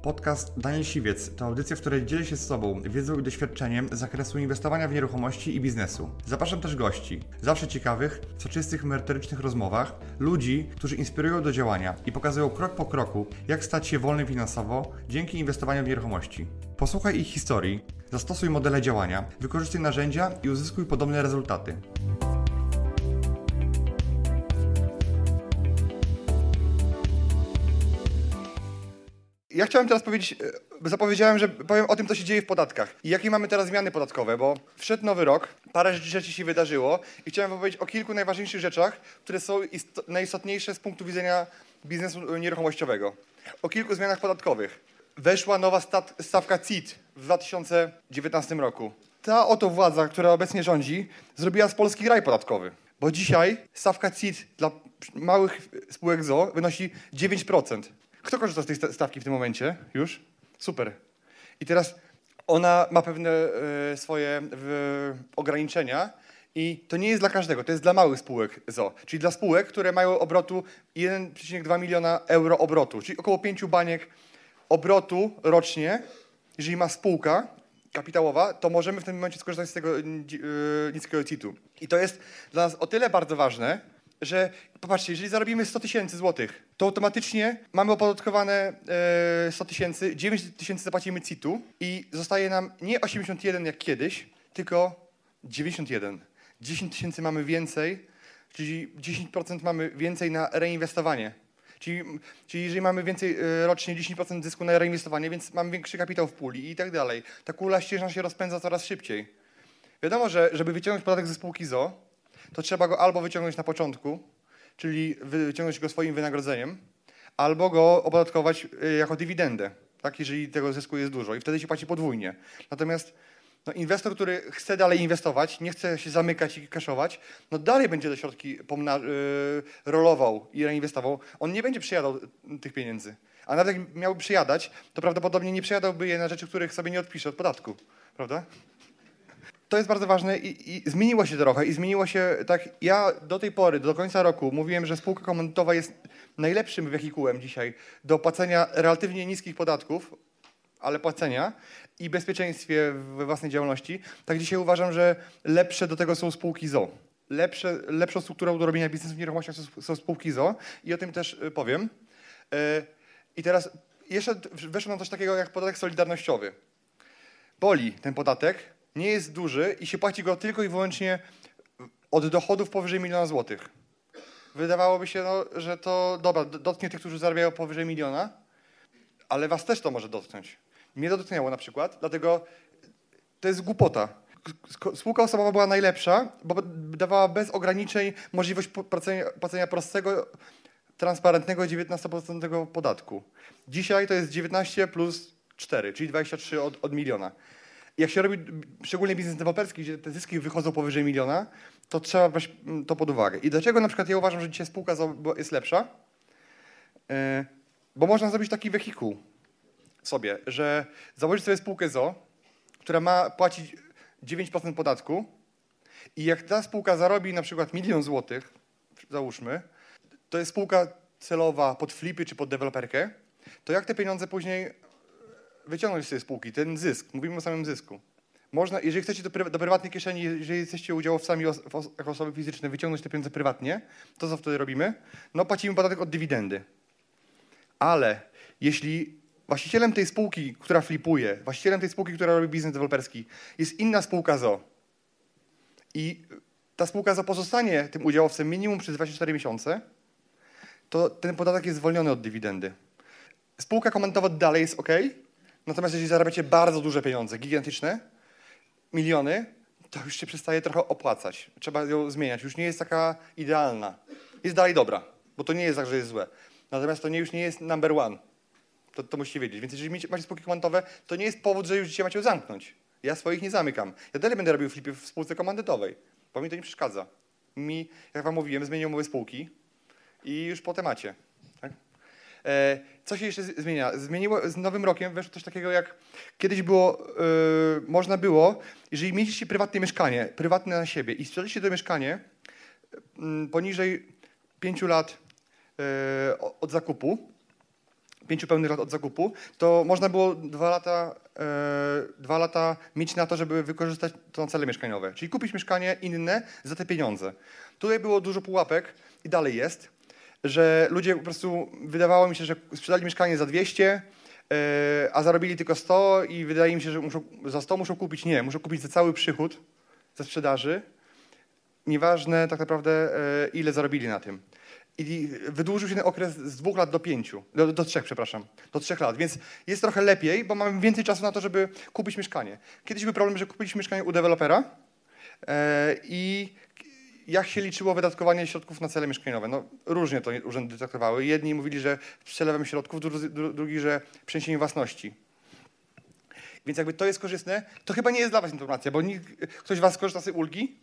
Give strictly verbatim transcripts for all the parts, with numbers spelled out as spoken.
Podcast Daniel Siwiec to audycja, w której dzielę się z Tobą wiedzą i doświadczeniem z zakresu inwestowania w nieruchomości i biznesu. Zapraszam też gości, zawsze ciekawych, w soczystych, merytorycznych rozmowach, ludzi, którzy inspirują do działania i pokazują krok po kroku, jak stać się wolnym finansowo dzięki inwestowaniu w nieruchomości. Posłuchaj ich historii, zastosuj modele działania, wykorzystuj narzędzia i uzyskuj podobne rezultaty. Ja chciałem teraz powiedzieć, zapowiedziałem, że powiem o tym, co się dzieje w podatkach i jakie mamy teraz zmiany podatkowe, bo wszedł nowy rok, parę rzeczy się wydarzyło i chciałem wam powiedzieć o kilku najważniejszych rzeczach, które są isto- najistotniejsze z punktu widzenia biznesu nieruchomościowego. O kilku zmianach podatkowych. Weszła nowa stat- stawka C I T w dwa tysiące dziewiętnastym roku. Ta oto władza, która obecnie rządzi, zrobiła z Polski raj podatkowy, bo dzisiaj stawka C I T dla małych spółek z o o wynosi dziewięć procent. Kto korzysta z tej stawki w tym momencie już? Super. I teraz ona ma pewne y, swoje y, ograniczenia i to nie jest dla każdego, to jest dla małych spółek z o o. Czyli dla spółek, które mają obrotu jeden przecinek dwa miliona euro obrotu, czyli około pięciu baniek obrotu rocznie. Jeżeli ma spółka kapitałowa, to możemy w tym momencie skorzystać z tego y, niskiego C I T-u. I to jest dla nas o tyle bardzo ważne, że popatrzcie, jeżeli zarobimy sto tysięcy złotych, to automatycznie mamy opodatkowane e, sto tysięcy, dziewięć tysięcy zapłacimy C I T-u i zostaje nam nie osiemdziesiąt jeden jak kiedyś, tylko dziewięćdziesiąt jeden. dziesięć tysięcy mamy więcej, czyli dziesięć procent mamy więcej na reinwestowanie. Czyli, czyli jeżeli mamy więcej e, rocznie dziesięć procent zysku na reinwestowanie, więc mamy większy kapitał w puli i tak dalej. Ta kula ścieżna się rozpędza coraz szybciej. Wiadomo, że żeby wyciągnąć podatek ze spółki z o o, to trzeba go albo wyciągnąć na początku, czyli wyciągnąć go swoim wynagrodzeniem, albo go opodatkować jako dywidendę, tak, jeżeli tego zysku jest dużo i wtedy się płaci podwójnie. Natomiast no, inwestor, który chce dalej inwestować, nie chce się zamykać i kaszować, no dalej będzie te środki pomna- yy, rolował i reinwestował. On nie będzie przejadał tych pieniędzy. A nawet jak miałby przejadać, to prawdopodobnie nie przejadałby je na rzeczy, których sobie nie odpisze od podatku. Prawda? To jest bardzo ważne i, i zmieniło się trochę i zmieniło się tak, ja do tej pory, do końca roku mówiłem, że spółka komandytowa jest najlepszym wehikułem dzisiaj do płacenia relatywnie niskich podatków, ale płacenia i bezpieczeństwie we własnej działalności. Tak dzisiaj uważam, że lepsze do tego są spółki z o o. Lepsze, lepszą strukturą do robienia biznesu w nieruchomościach są, są spółki z o o i o tym też powiem. I teraz jeszcze weszło nam coś takiego jak podatek solidarnościowy. Boli ten podatek. Nie jest duży i się płaci go tylko i wyłącznie od dochodów powyżej miliona złotych. Wydawałoby się, no, że to dobra, dotknie tych, którzy zarabiają powyżej miliona, ale was też to może dotknąć. Mnie to dotknęło na przykład, dlatego to jest głupota. Spółka osobowa była najlepsza, bo dawała bez ograniczeń możliwość płacenia, płacenia prostego, transparentnego dziewiętnastoprocentowego podatku. Dzisiaj to jest dziewiętnaście plus cztery, czyli dwadzieścia trzy od, od miliona. Jak się robi szczególnie biznes deweloperski, gdzie te zyski wychodzą powyżej miliona, to trzeba brać to pod uwagę. I dlaczego na przykład ja uważam, że dzisiaj spółka z o o jest lepsza? Yy, bo można zrobić taki wehikuł sobie, że założyć sobie spółkę z o o, która ma płacić dziewięć procent podatku i jak ta spółka zarobi na przykład milion złotych, załóżmy, to jest spółka celowa pod flipy czy pod deweloperkę, to jak te pieniądze później wyciągnąć z tej spółki, ten zysk, mówimy o samym zysku. Można, jeżeli chcecie do, pry, do prywatnej kieszeni, jeżeli jesteście udziałowcami os, os, jako osoby fizyczne, wyciągnąć te pieniądze prywatnie, to co wtedy robimy? No płacimy podatek od dywidendy. Ale jeśli właścicielem tej spółki, która flipuje, właścicielem tej spółki, która robi biznes deweloperski, jest inna spółka z o o i ta spółka z o o pozostanie tym udziałowcem minimum przez dwadzieścia cztery miesiące, to ten podatek jest zwolniony od dywidendy. Spółka komandytowa dalej jest ok. Natomiast jeżeli zarabiacie bardzo duże pieniądze, gigantyczne, miliony, to już się przestaje trochę opłacać. Trzeba ją zmieniać. Już nie jest taka idealna. Jest dalej dobra, bo to nie jest tak, że jest złe. Natomiast to nie, już nie jest number one. To, to musicie wiedzieć. Więc jeżeli macie spółki komandytowe, to nie jest powód, że już dzisiaj macie ją zamknąć. Ja swoich nie zamykam. Ja dalej będę robił flipy w spółce komandytowej, bo mi to nie przeszkadza. Mi, jak wam mówiłem, zmienią umowy spółki i już po temacie. Tak? Co się jeszcze zmienia? Zmieniło, z nowym rokiem weszło coś takiego jak kiedyś było, yy, można było, jeżeli mieliście prywatne mieszkanie, prywatne na siebie i sprzedaliście to mieszkanie yy, poniżej pięciu lat yy, od zakupu, pięciu pełnych lat od zakupu, to można było dwa lata, e, dwa lata mieć na to, żeby wykorzystać to na cele mieszkaniowe. Czyli kupić mieszkanie inne za te pieniądze. Tutaj było dużo pułapek i dalej jest, że ludzie po prostu, wydawało mi się, że sprzedali mieszkanie za dwieście, e, a zarobili tylko sto i wydaje mi się, że muszą, za sto muszą kupić, nie, muszą kupić za cały przychód ze sprzedaży. Nieważne tak naprawdę, e, ile zarobili na tym. I wydłużył się ten okres z dwóch lat do pięciu, do, do trzech, przepraszam, do trzech lat, więc jest trochę lepiej, bo mamy więcej czasu na to, żeby kupić mieszkanie. Kiedyś był problem, że kupiliśmy mieszkanie u dewelopera e, i jak się liczyło wydatkowanie środków na cele mieszkaniowe. No, różnie to urzędy traktowały. Jedni mówili, że przelewem środków, drudzy, drugi, że przeniesienie własności. Więc jakby to jest korzystne, to chyba nie jest dla was informacja, bo nikt, ktoś z was korzysta z tej ulgi.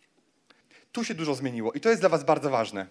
Tu się dużo zmieniło i to jest dla was bardzo ważne.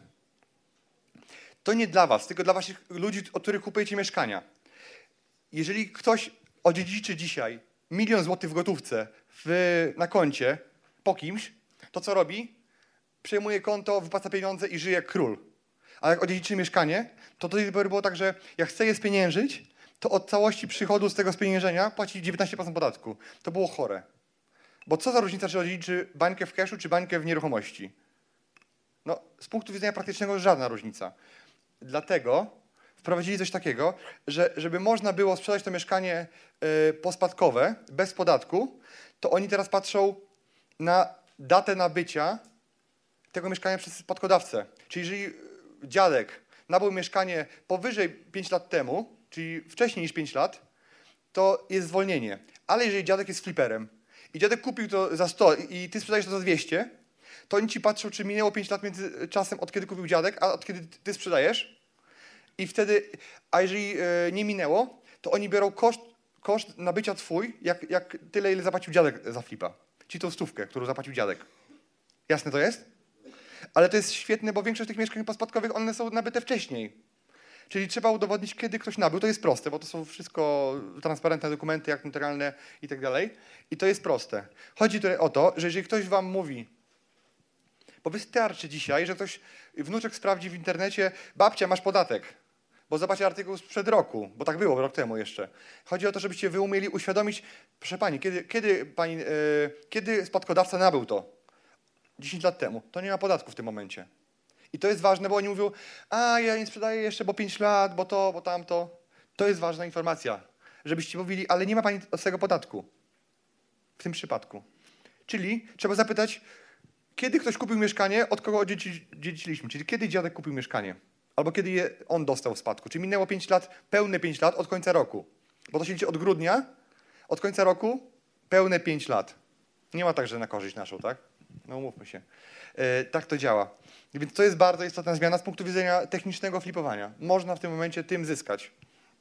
To nie dla was, tylko dla waszych ludzi, od których kupujecie mieszkania. Jeżeli ktoś odziedziczy dzisiaj milion złotych w gotówce w, na koncie po kimś, to co robi? Przejmuje konto, wypłaca pieniądze i żyje jak król. A jak odziedziczy mieszkanie, to do tej pory było tak, że jak chce je spieniężyć, to od całości przychodu z tego spieniężenia płaci dziewiętnaście procent podatku. To było chore. Bo co za różnica, czy odziedziczy bańkę w cashu, czy bańkę w nieruchomości? No, z punktu widzenia praktycznego żadna różnica. Dlatego wprowadzili coś takiego, że żeby można było sprzedać to mieszkanie y, pospadkowe, bez podatku, to oni teraz patrzą na datę nabycia tego mieszkania przez spadkodawcę. Czyli jeżeli dziadek nabył mieszkanie powyżej pięć lat temu, czyli wcześniej niż pięć lat, to jest zwolnienie. Ale jeżeli dziadek jest fliperem i dziadek kupił to za sto i ty sprzedajesz to za dwieście, to oni ci patrzą, czy minęło pięć lat między czasem, od kiedy kupił dziadek, a od kiedy ty sprzedajesz. I wtedy, a jeżeli e, nie minęło, to oni biorą koszt, koszt nabycia twój, jak, jak tyle, ile zapłacił dziadek za flipa. Czyli tą stówkę, którą zapłacił dziadek. Jasne to jest? Ale to jest świetne, bo większość tych mieszkań pospadkowych, one są nabyte wcześniej. Czyli trzeba udowodnić, kiedy ktoś nabył. To jest proste, bo to są wszystko transparentne dokumenty, jak notarialne i tak dalej. I to jest proste. Chodzi tutaj o to, że jeżeli ktoś wam mówi, bo wystarczy dzisiaj, że ktoś, wnuczek sprawdzi w internecie, babcia, masz podatek, bo zobaczy artykuł sprzed roku, bo tak było rok temu jeszcze. Chodzi o to, żebyście wy umieli uświadomić, proszę pani, kiedy, kiedy, pani, yy, kiedy spadkodawca nabył to? dziesięć lat temu. To nie ma podatku w tym momencie. I to jest ważne, bo oni mówią, a ja nie sprzedaję jeszcze, bo pięć lat, bo to, bo tamto. To jest ważna informacja, żebyście mówili, ale nie ma pani od tego podatku. W tym przypadku. Czyli trzeba zapytać, kiedy ktoś kupił mieszkanie, od kogo odziedziciliśmy? Czyli kiedy dziadek kupił mieszkanie? Albo kiedy je on dostał w spadku? Czy minęło pięć lat, pełne pięć lat od końca roku? Bo to się liczy od grudnia, od końca roku, pełne pięć lat. Nie ma tak, że na korzyść naszą, tak? No umówmy się. E, tak to działa. Więc to jest bardzo istotna zmiana z punktu widzenia technicznego flipowania. Można w tym momencie tym zyskać.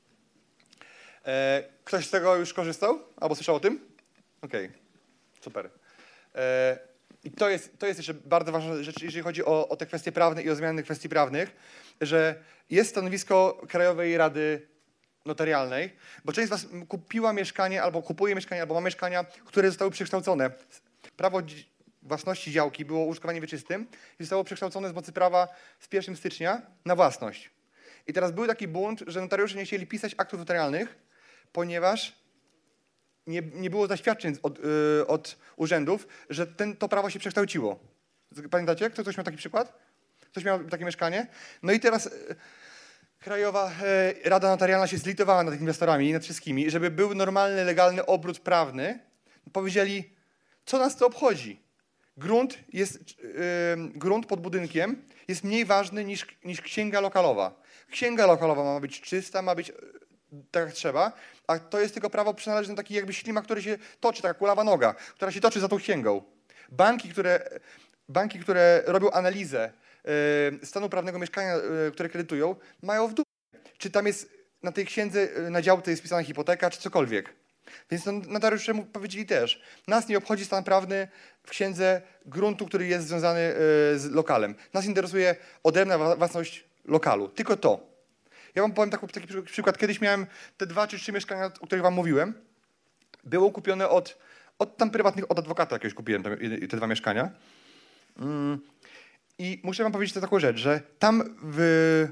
E, ktoś z tego już korzystał? Albo słyszał o tym? Okej, okay. Super. E, I to jest, to jest jeszcze bardzo ważna rzecz, jeżeli chodzi o, o te kwestie prawne i o zmiany kwestii prawnych, że jest stanowisko Krajowej Rady Notarialnej, bo część z was kupiła mieszkanie, albo kupuje mieszkanie, albo ma mieszkania, które zostały przekształcone. Prawo własności działki było użytkowaniem wieczystym i zostało przekształcone z mocy prawa z pierwszego stycznia na własność. I teraz był taki bunt, że notariusze nie chcieli pisać aktów notarialnych, ponieważ nie, nie było zaświadczeń od, yy, od urzędów, że ten, to prawo się przekształciło. Pamiętacie? Kto, ktoś miał taki przykład? Ktoś miał takie mieszkanie? No i teraz yy, Krajowa yy, Rada Notarialna się zlitowała nad inwestorami, nad wszystkimi, żeby był normalny, legalny obrót prawny. Powiedzieli, co nas to obchodzi? Grunt, jest, yy, grunt pod budynkiem jest mniej ważny niż, niż księga lokalowa. Księga lokalowa ma być czysta, ma być tak jak trzeba, a to jest tylko prawo przynależne do takiej jakby ślimak, który się toczy, taka kulawa noga, która się toczy za tą księgą. Banki, które, banki, które robią analizę yy, stanu prawnego mieszkania, yy, które kredytują, mają w dół. Czy tam jest na tej księdze, yy, na działce jest pisana hipoteka, czy cokolwiek. Więc no, notariusze mu powiedzieli też, nas nie obchodzi stan prawny w księdze gruntu, który jest związany yy, z lokalem. Nas interesuje odrębna własność lokalu, tylko to. Ja wam powiem taki, taki przykład. Kiedyś miałem te dwa czy trzy mieszkania, o których wam mówiłem. Było kupione od, od tam prywatnych, od adwokata jakiegoś kupiłem te, te dwa mieszkania. Mm. I muszę wam powiedzieć taką rzecz, że tam w, w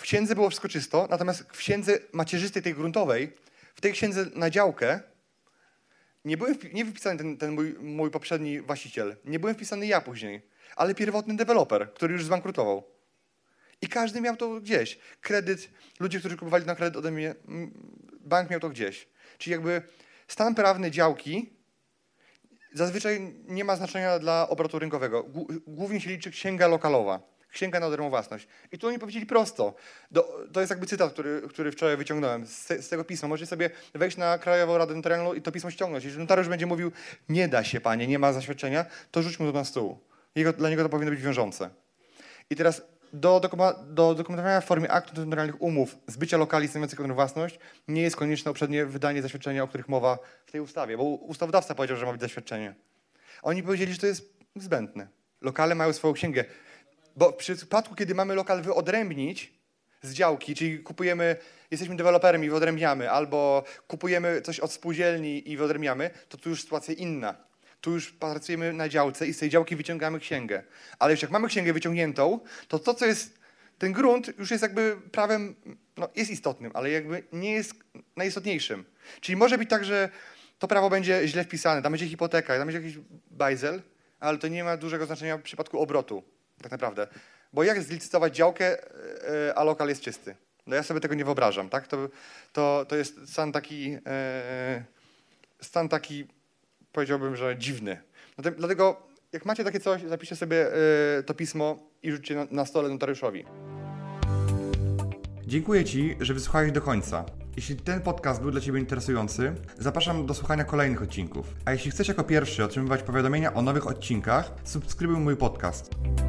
księdze było wszystko czysto, natomiast w księdze macierzystej, tej gruntowej, w tej księdze na działkę nie byłem wpi- nie wypisany ten, ten mój, mój poprzedni właściciel, nie byłem wpisany ja później, ale pierwotny deweloper, który już zbankrutował. I każdy miał to gdzieś. Kredyt, ludzie, którzy kupowali na kredyt ode mnie, bank miał to gdzieś. Czyli jakby stan prawny działki zazwyczaj nie ma znaczenia dla obrotu rynkowego. Głównie się liczy księga lokalowa, księga na odrębną własność. I tu oni powiedzieli prosto. Do, to jest jakby cytat, który, który wczoraj wyciągnąłem z, z tego pisma. Możecie sobie wejść na Krajową Radę Notarialną i to pismo ściągnąć. Jeżeli notariusz będzie mówił, nie da się, panie, nie ma zaświadczenia, to rzuć mu to na stół. Jego, dla niego to powinno być wiążące. I teraz do, dokuma- do dokumentowania w formie aktów notarialnych umów zbycia lokali stanowiących odrębną własność nie jest konieczne uprzednie wydanie zaświadczenia, o których mowa w tej ustawie, bo ustawodawca powiedział, że ma być zaświadczenie. Oni powiedzieli, że to jest zbędne. Lokale mają swoją księgę. Bo w przypadku, kiedy mamy lokal wyodrębnić z działki, czyli kupujemy, jesteśmy deweloperem i wyodrębniamy, albo kupujemy coś od spółdzielni i wyodrębniamy, to tu już sytuacja inna. Tu już pracujemy na działce i z tej działki wyciągamy księgę. Ale już jak mamy księgę wyciągniętą, to to, co jest, ten grunt już jest jakby prawem, no jest istotnym, ale jakby nie jest najistotniejszym. Czyli może być tak, że to prawo będzie źle wpisane, tam będzie hipoteka, tam będzie jakiś bajzel, ale to nie ma dużego znaczenia w przypadku obrotu, tak naprawdę. Bo jak zlicytować działkę, a lokal jest czysty? No ja sobie tego nie wyobrażam, tak? To, to, to jest stan taki, e, stan taki, powiedziałbym, że dziwny. Dlatego jak macie takie coś, zapiszcie sobie y, to pismo i rzućcie na, na stole notariuszowi. Dziękuję Ci, że wysłuchałeś do końca. Jeśli ten podcast był dla Ciebie interesujący, zapraszam do słuchania kolejnych odcinków. A jeśli chcesz jako pierwszy otrzymywać powiadomienia o nowych odcinkach, subskrybuj mój podcast.